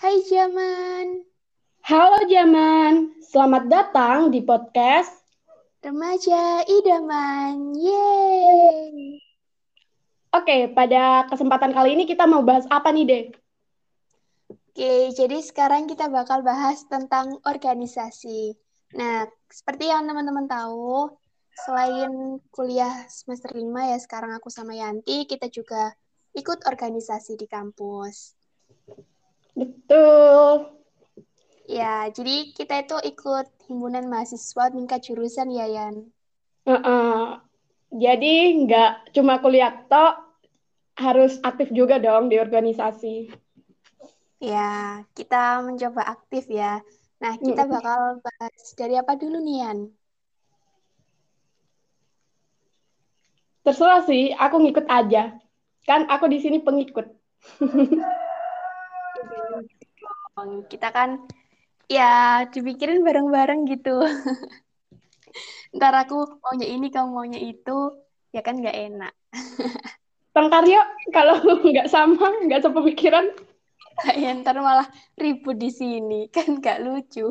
Hai Jaman, Halo Jaman, selamat datang di podcast. remaja idaman, yeay. Oke, pada kesempatan kali ini kita mau bahas apa nih, Dek? Oke, jadi sekarang kita bakal bahas tentang organisasi. Nah, seperti yang teman-teman tahu, selain kuliah semester 5 ya, sekarang aku sama Yanti, kita juga ikut organisasi di kampus. Betul. Ya, jadi kita itu ikut himpunan mahasiswa tingkat jurusan ya, Yan. Heeh. Jadi nggak cuma kuliah tok, harus aktif juga dong di organisasi. Ya, kita mencoba aktif ya. Nah, kita Mm-mm. bakal bahas dari apa dulu nih, Yan? Terserah sih, aku ngikut aja. Kan aku di sini pengikut. Kita kan ya dipikirin bareng-bareng gitu. Ntar aku maunya ini, kamu maunya itu, ya kan nggak enak. Tengkar yuk, kalau nggak sama, nggak sepemikiran. Ya, ntar malah ribut di sini, kan nggak lucu.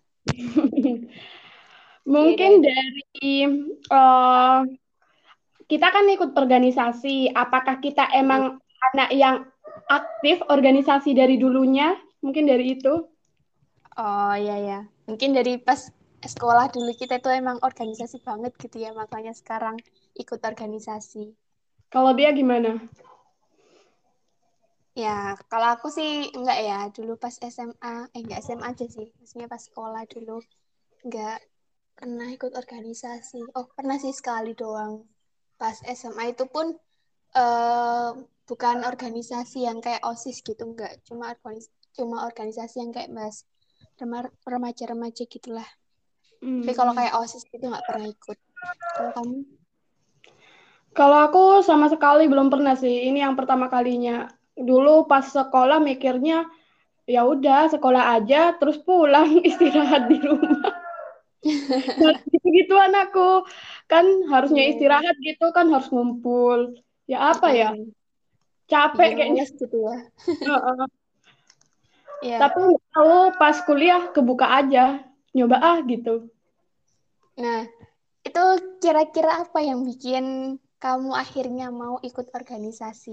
Ya udah, Mungkin ya udah. dari eh, kita kan ikut organisasi. Apakah kita Mm. emang anak yang aktif organisasi dari dulunya? Mungkin dari itu. Oh ya ya, mungkin dari pas sekolah dulu kita tuh emang organisasi banget gitu ya, makanya sekarang ikut organisasi. Kalau dia gimana? Ya, kalau aku sih enggak ya, dulu pas SMA, enggak SMA aja sih, maksudnya pas sekolah dulu enggak pernah ikut organisasi. Oh, pernah sih sekali doang. Pas SMA itu pun eh bukan organisasi yang kayak OSIS gitu, enggak. Cuma organisasi yang kayak bahas remaja-remaja gitulah. Tapi kalau Hmm. kayak OSIS itu nggak pernah ikut. Kalau kamu? Kalau aku sama sekali belum pernah sih. Ini yang pertama kalinya. Dulu pas sekolah mikirnya ya udah sekolah aja terus pulang istirahat di rumah. Nah, gitu-gituan aku. Kan harusnya Iya, iya. istirahat gitu kan harus ngumpul. Ya apa ya? Mm-mm. Capek Bikin kayaknya. males gitu ya. Heeh. Iya. Tapi nggak tahu pas kuliah kebuka aja. Nyoba gitu. Nah, itu kira-kira apa yang bikin kamu akhirnya mau ikut organisasi?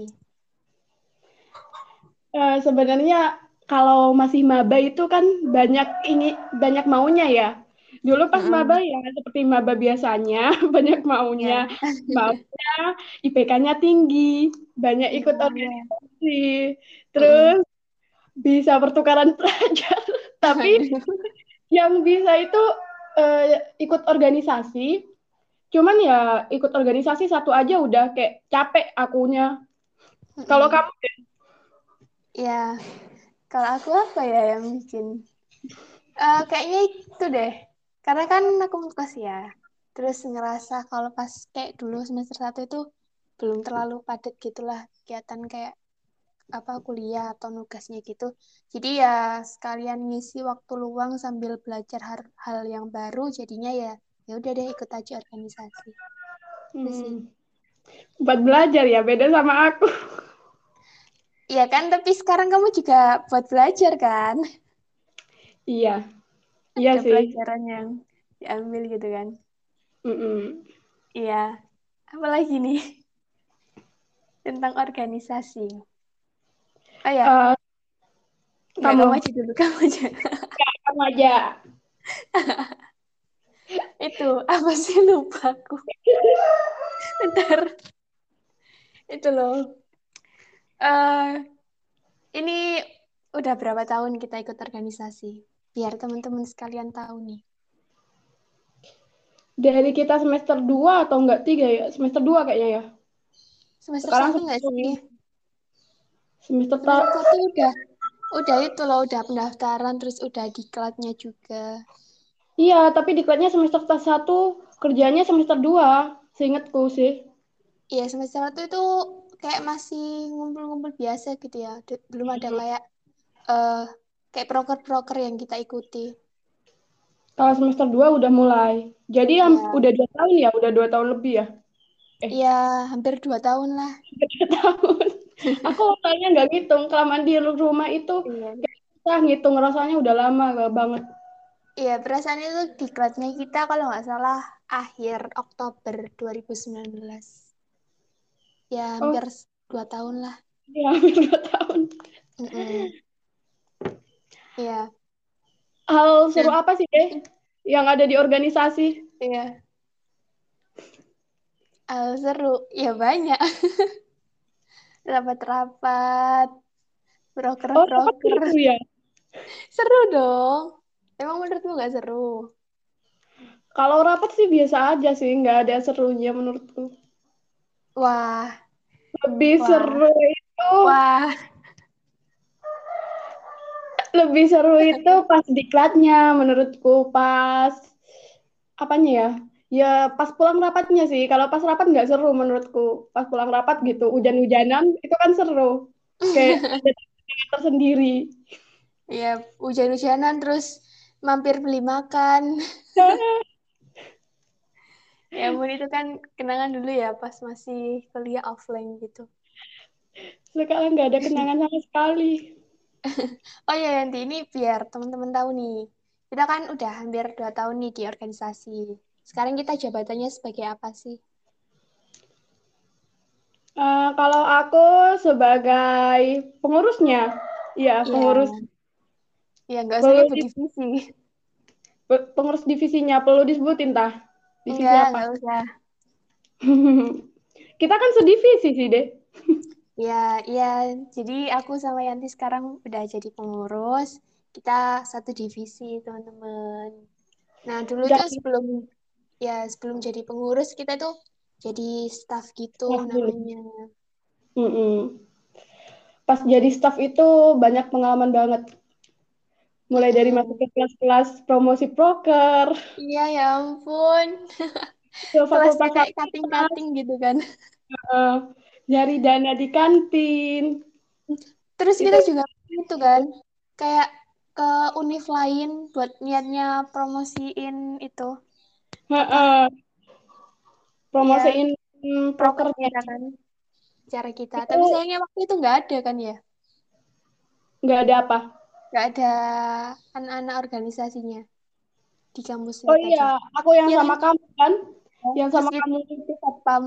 Sebenarnya kalau masih maba itu kan banyak maunya ya. Dulu pas maba Mm-mm. ya seperti maba biasanya banyak maunya, Ya. maunya IPK-nya tinggi, banyak ikut Oh, ya. organisasi, terus Mm-mm. bisa pertukaran pelajar. Tapi Aduh. yang bisa itu ikut organisasi, cuman ya ikut organisasi satu aja udah kayak capek akunya. Kalau Mm-mm. kamu Ya, kalau aku apa ya yang bikin? Kayaknya itu deh. Karena kan aku ngekos ya. Terus ngerasa kalau pas kayak dulu semester 1 itu belum terlalu padat gitulah kegiatan kayak apa kuliah atau nugasnya gitu. Jadi ya sekalian ngisi waktu luang sambil belajar hal yang baru jadinya ya ya udah deh ikut aja organisasi. Itu sih. hmm, buat belajar ya beda sama aku. Iya kan, tapi sekarang kamu juga buat belajar kan? Iya, iya Ada sih. pelajaran yang diambil gitu kan? Mm-mm. Iya. Apalagi nih tentang organisasi. Oh ya, Eh, nggak kamu kamu, aja dulu, kamu aja. kamu aja. Itu apa sih lupa aku. Bentar. Itu loh. eh ini udah berapa tahun kita ikut organisasi? Biar teman-teman sekalian tahu nih. Dari kita semester 2 atau enggak 3 ya? Semester 2 kayaknya ya. Semester Sekarang satu nggak semester sih? 5. Semester ta- Semester satu udah itu loh, udah pendaftaran, terus udah diklatnya juga. Iya, tapi diklatnya semester 1, kerjanya semester 2. Seingatku sih. Iya, semester satu itu kayak masih ngumpul-ngumpul biasa gitu ya. Belum ada eh kayak proker-proker yang kita ikuti. Kalau semester 2 udah mulai. Jadi Ya, udah 2 tahun ya, udah 2 tahun lebih ya. Eh, ya hampir 2 tahun lah. 2 tahun. Aku kayaknya nggak ngitung kelamaan di rumah itu Iya. ngitung rasanya udah lama banget. Iya, perasaan itu diklatnya kita kalau nggak salah akhir Oktober 2019. Ya, Oh, hampir 2 tahun lah. ya hampir 2 tahun. Mm-mm. Iya. Hal seru Nah, apa sih deh yang ada di organisasi? iya. Seru. Ya banyak. Rapat-rapat, Oh, apa broker-broker. seru ya? Seru dong. Emang menurutmu nggak seru? Kalau rapat sih biasa aja sih, nggak ada serunya menurutku. Wah, Lebih wah, seru itu, wah. lebih seru itu pas diklatnya menurutku, pas apanya ya? Ya pas pulang rapatnya sih. Kalau pas rapat nggak seru menurutku. Pas pulang rapat gitu, hujan-hujanan itu kan seru. Kayak ada tantangan tersendiri. Ya, hujan-hujanan terus mampir beli makan. Ya ampun itu kan kenangan dulu ya pas masih kuliah offline gitu. Sekarang nggak ada kenangan sama sekali. Oh ya nanti ini biar teman-teman tahu nih. Kita kan udah hampir 2 tahun nih di organisasi. Sekarang kita jabatannya sebagai apa sih? Kalau aku sebagai pengurusnya, ya pengurus Iya, ya nggak usah perlu nyebut divisi. pengurus divisinya perlu disebutin tah. Divisi apa? Nggak usah. Kita kan sedivisi sih deh. Ya, ya. Jadi aku sama Yanti sekarang udah jadi pengurus. Kita satu divisi, teman-teman. Nah, dulu itu Jadi sebelum jadi pengurus kita tuh jadi staff gitu staff dulu. namanya. Mm-mm. Pas jadi staff itu banyak pengalaman banget. Mulai dari masuk Mm-mm. ke kelas-kelas promosi proker, Iya, ya ampun. ke Kelasnya kayak fakultas-fakultas, cutting-cutting gitu kan. eh, nyari dana di kantin. Terus Itu kita juga itu kan kayak ke univ lain buat niatnya promosiin itu apa? heeh, Iya, promosiin proker prokernya. kita kan cara kita. Itu Tapi sayangnya waktu itu nggak ada kan ya? nggak ada apa. Nggak ada anak-anak organisasinya di kampus Oh kita iya, tuh. aku yang Iya kan? sama kamu kan, yang Terus sama kita kamu. satpam.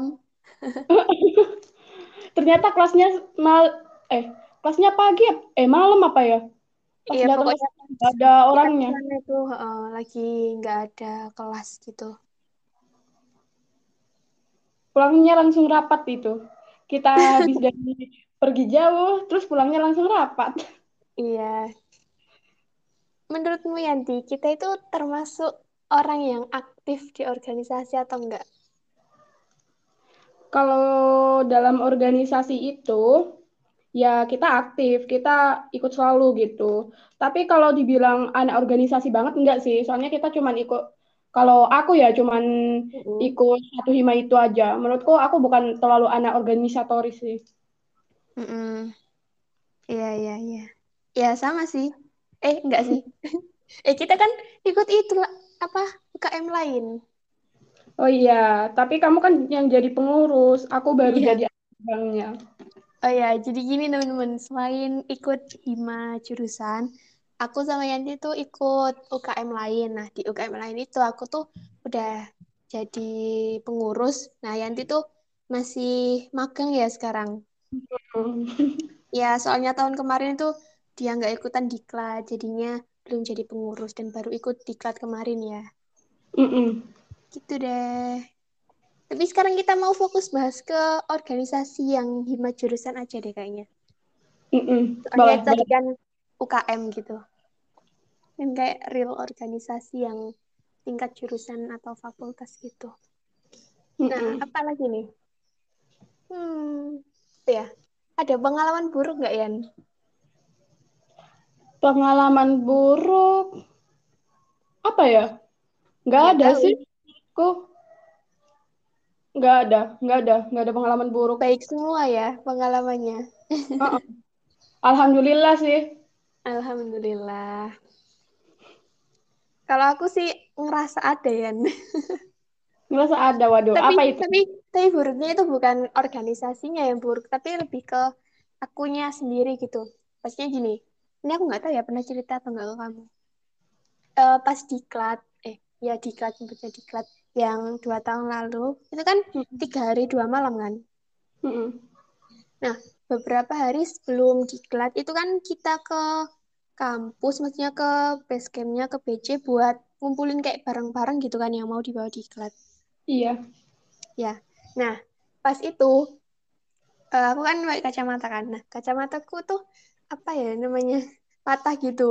Ternyata mal, eh kelasnya pagi, malam apa ya? Pas Iya datang ke pokoknya sana nggak ada kita ke orangnya. sana itu lagi nggak ada kelas gitu. Pulangnya langsung rapat itu. Kita habis dari pergi jauh, terus pulangnya langsung rapat. Iya. Menurutmu Yanti, kita itu termasuk orang yang aktif di organisasi atau enggak? Kalau dalam organisasi itu, ya kita aktif, kita ikut selalu gitu. Tapi kalau dibilang anak organisasi banget, enggak sih. Soalnya kita cuman ikut, kalau aku ya cuman Mm-mm. ikut satu hima itu aja. Menurutku aku bukan terlalu anak organisatoris sih. Mm-mm. Iya, iya, iya. Ya, sama sih. Enggak sih. Kita kan ikut itu lah, apa UKM lain. Oh iya, tapi kamu kan yang jadi pengurus, aku baru Iya. jadi abangnya. Oh ya, jadi gini teman-teman, selain ikut hima jurusan, aku sama Yanti tuh ikut UKM lain. Nah, di UKM lain itu aku tuh udah jadi pengurus. Nah, Yanti tuh masih magang ya sekarang. Ya, soalnya tahun kemarin itu dia nggak ikutan diklat, jadinya belum jadi pengurus dan baru ikut diklat kemarin ya. Mm-mm. Gitu deh. Tapi sekarang kita mau fokus bahas ke organisasi yang hima jurusan aja deh kayaknya. Mm-mm. Soalnya Boleh, itu tadi boleh. kan UKM gitu. Kan kayak real organisasi yang tingkat jurusan atau fakultas gitu. Nah, Mm-mm. apa lagi nih? Ya. Ada pengalaman buruk nggak, Yan? Pengalaman buruk apa ya? Nggak Nggak ada sih. tahu. Kok nggak ada pengalaman buruk. Baik semua ya pengalamannya. Uh-uh. Alhamdulillah sih. Alhamdulillah. Kalau aku sih ngerasa ada, Yan. Ngerasa ada, waduh. Tapi Apa itu? tapi tapi buruknya itu bukan organisasinya yang buruk, tapi lebih ke akunya sendiri gitu. Pastinya gini. Ini aku nggak tahu ya pernah cerita atau nggak ke kamu. Pas diklat, ya diklat, nyebutnya diklat, yang 2 tahun lalu, itu kan Mm-mm. 3 hari 2 malam kan. Mm-mm. Nah, beberapa hari sebelum diklat itu kan kita ke kampus, maksudnya ke base campnya, ke BC buat ngumpulin kayak barang-barang gitu kan yang mau dibawa diklat. Iya. Ya, nah pas itu aku kan pakai kacamata kan. Nah, kacamataku tuh apa ya namanya patah gitu.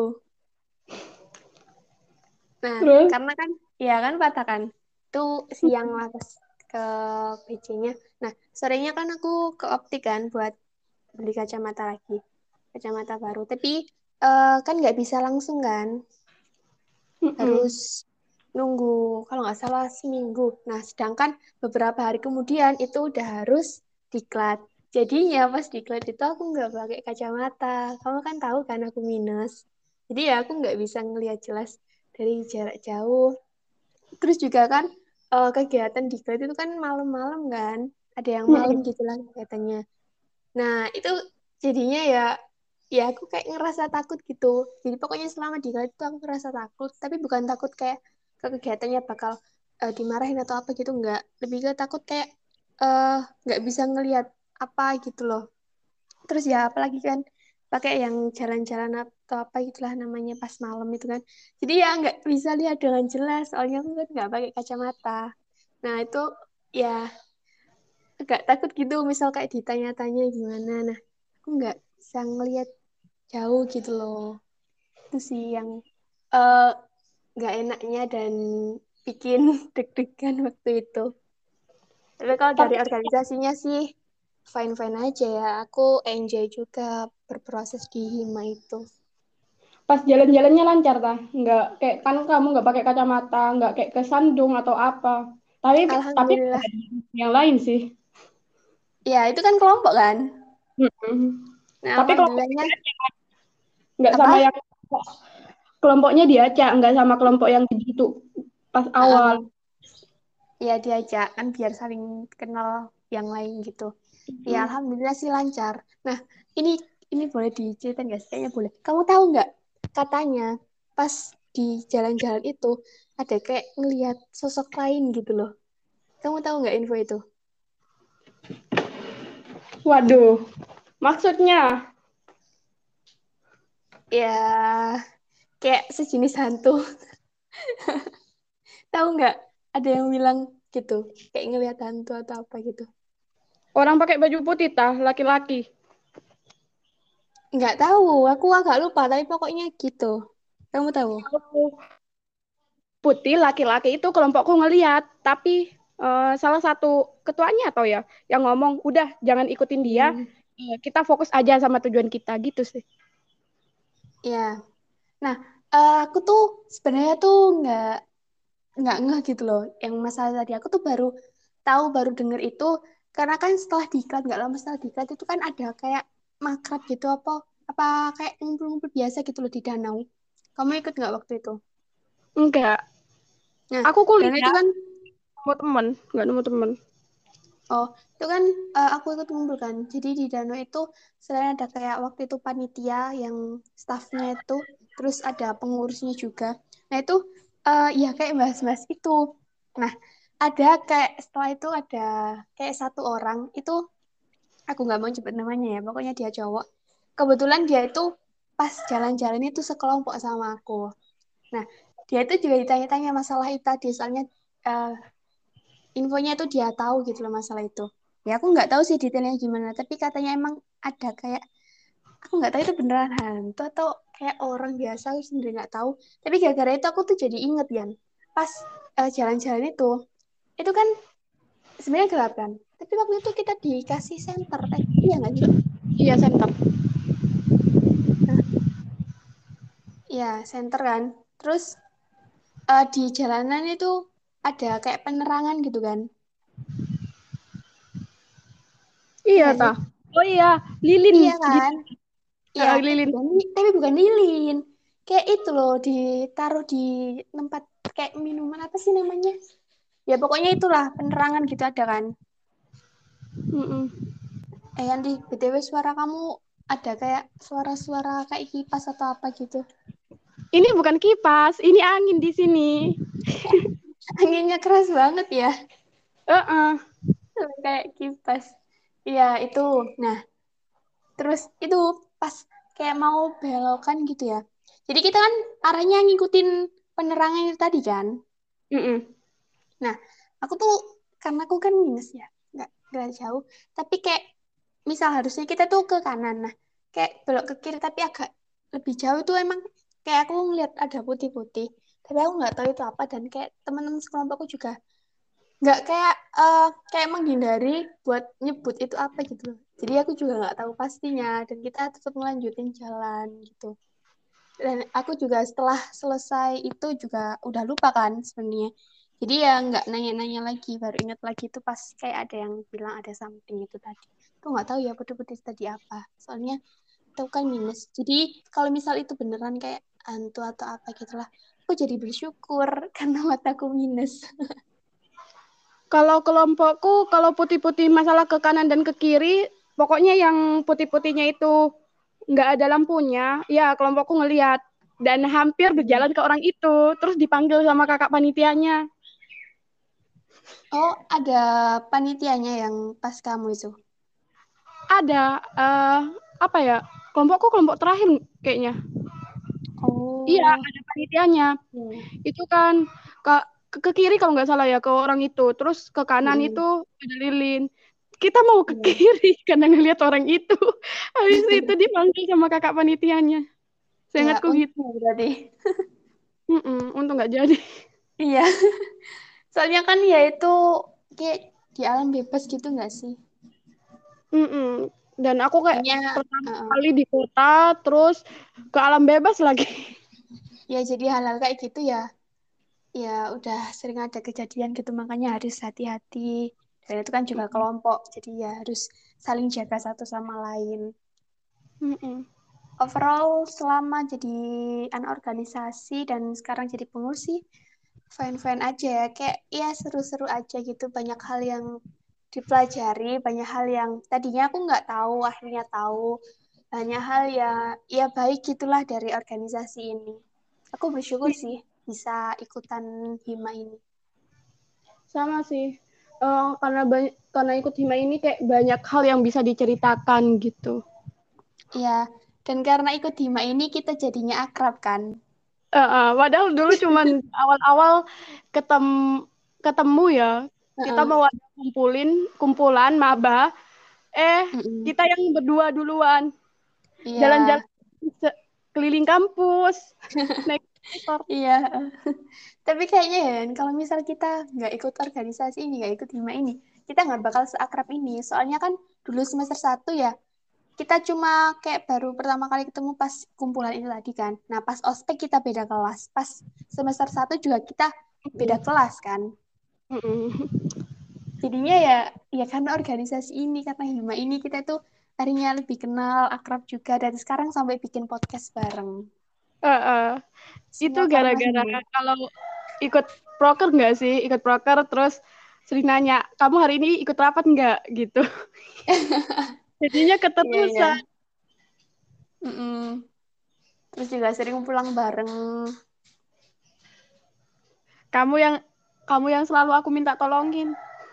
Nah, Terus? karena kan, ya kan patah kan. Itu siang lah pas ke BC-nya. Nah, sorenya kan aku ke optik kan buat beli kacamata lagi. Kacamata baru. Tapi kan nggak bisa langsung kan. Harus Mm-mm. nunggu, kalau nggak salah seminggu. Nah, sedangkan beberapa hari kemudian itu udah harus diklat. Jadinya pas diklat itu aku nggak pakai kacamata. Kamu kan tahu kan aku minus. Jadi ya aku nggak bisa ngelihat jelas dari jarak jauh. Terus juga kan kegiatan diklat itu kan malam-malam kan. Ada yang malam Mm-mm. gitu lah kegiatannya. Nah, itu jadinya ya ya aku kayak ngerasa takut gitu. Jadi pokoknya selama di guide itu aku ngerasa takut, tapi bukan takut kayak ke kegiatannya bakal dimarahin atau apa gitu enggak. Lebih ke takut kayak eh nggak bisa ngelihat apa gitu loh. Terus ya apalagi kan pakai yang jalan-jalan atau apa gitulah namanya pas malam itu kan. Jadi ya nggak bisa lihat dengan jelas, soalnya aku kan nggak pakai kacamata. Nah, itu ya agak takut gitu misal kayak ditanya-tanya gimana. Nah, aku nggak bisa ngelihat jauh gitu loh. Itu sih yang eh, nggak enaknya dan bikin deg-degan waktu itu. Tapi kalau dari Tapi organisasinya sih fine-fine aja ya. Aku enjoy juga berproses di Hima itu. pas jalan-jalannya lancar tah? Nggak kayak kan kamu nggak pakai kacamata, nggak kayak kesandung atau apa. Tapi Alhamdulillah. ada yang lain sih. Ya, itu kan kelompok kan? Mm-mm. Nah, Tapi kelompoknya alhamdulillahnya nggak sama apa? yang kelompoknya diajak, nggak sama kelompok yang gitu pas awal. Heeh. Ya diajak kan biar saling kenal yang lain gitu. Ya Mm. alhamdulillah sih lancar. Nah, ini ini boleh diceritain nggak sih? Kayaknya boleh. Kamu tahu nggak? Katanya pas di jalan-jalan itu ada kayak ngelihat sosok lain gitu loh. Kamu tahu nggak info itu? Waduh, maksudnya Ya kayak sejenis hantu. Tahu nggak? Ada yang bilang gitu, kayak ngelihat hantu atau apa gitu. orang pakai baju putih tah, laki-laki. Nggak tahu, aku agak lupa, tapi pokoknya gitu. Kamu tahu? Kalau putih laki-laki itu kelompokku ngeliat, tapi salah satu ketuanya atau ya yang ngomong, udah jangan ikutin dia, Hmm, kita fokus aja sama tujuan kita gitu sih. ya. Nah, aku tuh sebenarnya tuh nggak ngeh gitu loh. Yang masalah tadi aku tuh baru tahu, baru denger itu karena kan setelah diklat, nggak lama setelah diklat itu kan ada kayak makrab gitu apa apa kayak ngumpul-ngumpul biasa gitu loh di danau. Kamu ikut nggak waktu itu? Enggak, Nah, aku dan itu kuliah kan nemu temen, nggak nemu temen. oh, itu kan aku ikut ngumpul kan. Jadi di danau itu selain ada kayak waktu itu panitia yang staffnya itu, terus ada pengurusnya juga. Nah itu ya kayak bahas-bahas itu. Nah ada kayak setelah itu ada kayak satu orang itu aku nggak mau nyebut namanya ya. Pokoknya dia cowok. Kebetulan dia itu pas jalan-jalan itu sekelompok sama aku. Nah dia itu juga ditanya-tanya masalah itu tadi. Soalnya eh, infonya tuh dia tahu gitu loh masalah itu. Ya aku nggak tahu sih detailnya gimana, tapi katanya emang ada kayak aku nggak tahu itu beneran hantu atau kayak orang biasa aku sendiri nggak tahu. Tapi gara-gara itu aku tuh jadi inget Yan, pas jalan-jalan itu kan sebenarnya gelap kan. Tapi waktu itu kita dikasih senter, iya nggak sih? Iya center. Nah, iya senter kan. Terus di jalanan itu ada kayak penerangan gitu kan? Iya Iya nggak sih? tah. Oh iya, lilin Iya gitu. kan? Iya, Lilin. tapi bukan lilin. Kayak itu loh, ditaruh di tempat kayak minuman apa sih namanya? Ya pokoknya itulah penerangan gitu ada kan. Mm-mm. Yanti, BTW suara kamu ada kayak suara-suara kayak kipas atau apa gitu. Ini bukan kipas, ini angin di sini. Anginnya keras banget ya, Heeh. kayak kipas. Iya, itu. Nah, terus itu pas kayak mau belokan gitu ya. Jadi kita kan arahnya ngikutin penerangan itu tadi kan. Mm-mm. Nah, aku tuh karena aku kan minus ya, nggak jauh. Tapi kayak misal harusnya kita tuh ke kanan, nah kayak belok ke kiri tapi agak lebih jauh tuh emang kayak aku ngeliat ada putih-putih. Tapi aku nggak tahu itu apa dan kayak teman-teman sekelompokku juga nggak kayak menghindari buat nyebut itu apa gitu loh. Jadi aku juga nggak tahu pastinya dan kita tetap melanjutin jalan gitu. Dan aku juga setelah selesai itu juga udah lupa kan sebenarnya. Jadi ya nggak nanya-nanya lagi, baru ingat lagi itu pas kayak ada yang bilang ada something itu tadi. Aku nggak tahu ya putih-putih tadi apa. Soalnya itu kan minus. Jadi kalau misal itu beneran kayak hantu atau apa gitulah, aku jadi bersyukur karena mataku minus. Kalau kelompokku, kalau putih-putih masalah ke kanan dan ke kiri, pokoknya yang putih-putihnya itu nggak ada lampunya, ya kelompokku ngelihat dan hampir Hmm. berjalan ke orang itu, terus dipanggil sama kakak panitianya. Oh, ada panitianya yang pas kamu itu. Ada apa ya? Kelompokku kelompok terakhir kayaknya. Iya, Oh, ada panitianya. iya. Itu kan ke, ke kiri kalau nggak salah ya ke orang itu, terus ke kanan itu Mm-mm. ada lilin. Kita mau ke Iya. kiri karena ngelihat orang itu. Habis itu dipanggil sama kakak panitianya. Ya, Seingatku gitu. untung berarti. Untung nggak jadi. Iya. Soalnya kan ya itu kayak di alam bebas gitu nggak sih? Mm-mm. Dan aku kayak Kayaknya pertama uh, kali di kota, terus ke alam bebas lagi. ya jadi hal-hal kayak gitu ya. Ya udah sering ada kejadian gitu makanya harus hati-hati. Dan itu kan juga kelompok, jadi ya harus saling jaga satu sama lain. Mm-mm. Overall selama jadi anak organisasi dan sekarang jadi pengurus sih fine-fine aja ya. Kayak ya seru-seru aja gitu. Banyak hal yang dipelajari, banyak hal yang tadinya aku nggak tahu, akhirnya tahu. Banyak hal ya, ya baik gitulah dari organisasi ini. Aku bersyukur sih bisa ikutan hima ini. Sama sih. Karena ikut hima ini kayak banyak hal yang bisa diceritakan gitu. Ya, dan karena ikut hima ini kita jadinya akrab kan. Padahal dulu cuman awal-awal ketem ketemu ya. Kita Heeh. mau ada kumpulan maba, eh Mm-mm. kita yang berdua duluan Iya, jalan-jalan keliling kampus naik motor. iya. Tapi kayaknya ya, kalau misal kita nggak ikut organisasi ini, nggak ikut hima ini, kita nggak bakal seakrab ini. Soalnya kan dulu semester 1 ya, kita cuma kayak baru pertama kali ketemu pas kumpulan ini tadi kan. Nah, pas ospek kita beda kelas. Pas semester 1 juga kita beda Mm-mm. kelas kan. Mm-mm. Jadinya ya, ya karena organisasi ini, karena hima ini kita tuh akhirnya lebih kenal, akrab juga. Dan sekarang sampai bikin podcast bareng. Uh, uh. Itu Semua karena gara-gara hima. kalau ikut proker nggak sih? Ikut proker terus sering nanya, kamu hari ini ikut rapat nggak? Gitu. Jadinya Iya, iya. keterusan. Mm-mm. Terus juga sering pulang bareng. Kamu yang kamu yang selalu aku minta tolongin.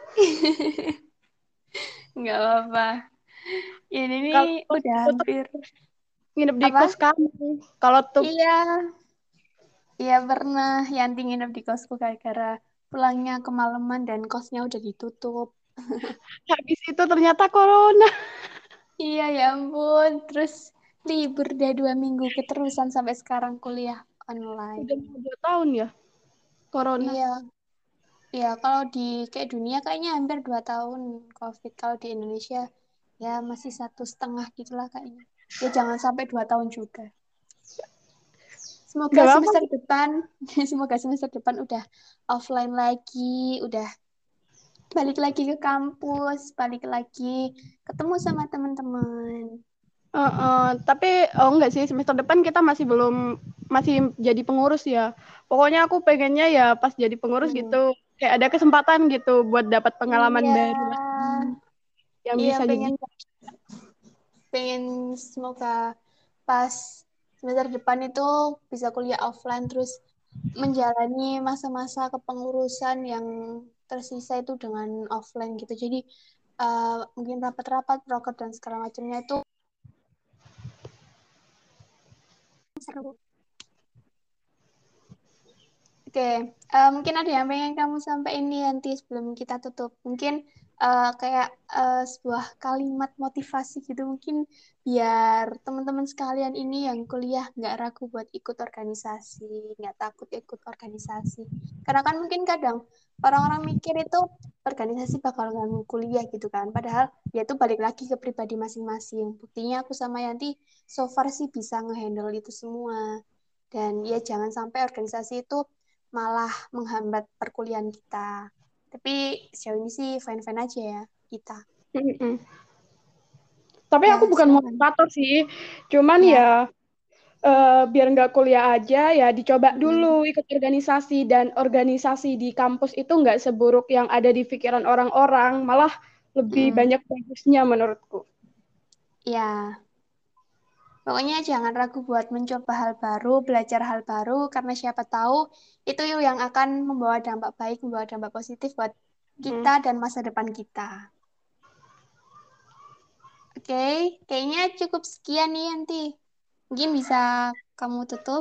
Nggak apa-apa. Ini nih Kalau udah tutup hampir. nginep di kos Apa? kamu. Kalau tuh Iya, iya pernah Yanti nginep di kosku gara-gara pulangnya kemalaman dan kosnya udah ditutup. habis itu ternyata corona. Iya, ya ampun. Terus libur deh 2 minggu keterusan sampai sekarang kuliah online. Udah mau 2 tahun ya corona. Iya, iya kalau di kayak dunia kayaknya hampir 2 tahun COVID. Kalau di Indonesia ya masih 1,5 gitulah kayaknya. Ya jangan sampai 2 tahun juga. Semoga Gak apa-apa. semester depan, semoga semester depan udah offline lagi, udah balik lagi ke kampus, balik lagi ketemu sama teman-teman. Tapi oh enggak sih semester depan kita masih jadi pengurus ya. Pokoknya aku pengennya ya pas jadi pengurus gitu Hmm. kayak ada kesempatan gitu buat dapat pengalaman Iya, baru lagi yang iya bisa jadi pengen pengen semoga pas semester depan itu bisa kuliah offline terus menjalani masa-masa kepengurusan yang tersisa itu dengan offline gitu. Jadi mungkin rapat-rapat, proker dan segala macamnya itu seru. Oke, mungkin ada yang pengen kamu sampaikan ini nanti sebelum kita tutup. Mungkin kayak sebuah kalimat motivasi gitu, mungkin biar teman-teman sekalian ini yang kuliah nggak ragu buat ikut organisasi, nggak takut ikut organisasi. Karena kan mungkin kadang orang-orang mikir itu organisasi bakal ganggu kuliah gitu kan. Padahal ya itu balik lagi ke pribadi masing-masing. Buktinya aku sama Yanti so far sih bisa ngehandle itu semua. Dan ya jangan sampai organisasi itu malah menghambat perkuliahan kita. Tapi sejauh ini sih fine-fine aja ya kita. Mm-mm. Tapi aku Ya, bukan silakan. motivator sih, cuman ya Ya. biar nggak kuliah aja ya dicoba dulu Mm-mm. ikut organisasi dan organisasi di kampus itu nggak seburuk yang ada di pikiran orang-orang, malah lebih Mm-mm. banyak bagusnya menurutku. Ya, pokoknya jangan ragu buat mencoba hal baru, belajar hal baru, karena siapa tahu itu yang akan membawa dampak baik, membawa dampak positif buat Mm. kita dan masa depan kita. Oke, kayaknya cukup sekian nih nanti. Mungkin bisa kamu tutup.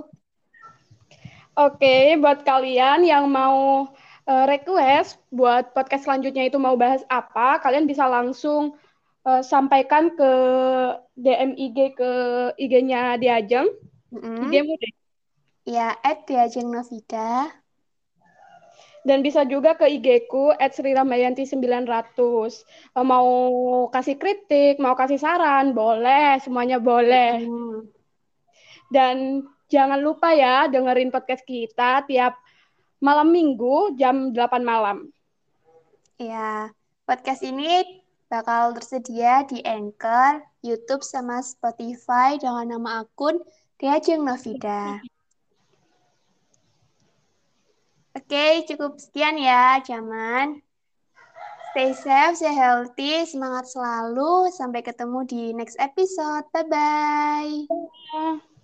Oke, buat kalian yang mau request buat podcast selanjutnya itu mau bahas apa, kalian bisa langsung sampaikan ke DM IG ke IG-nya Diajeng. Mm-mm. IG-mu deh. Ya, @diajeng Novida. Dan bisa juga ke IG-ku @sriramayanti900. Mau kasih kritik, mau kasih saran, boleh, semuanya boleh. Mm-mm. Dan jangan lupa ya dengerin podcast kita tiap malam Minggu jam 8 malam. Ya, podcast ini bakal tersedia di Anchor, YouTube, sama Spotify dengan nama akun Diajeng Novida. Oke, cukup sekian ya, Jaman. Stay safe, stay healthy, semangat selalu. Sampai ketemu di next episode. Bye-bye. Ya.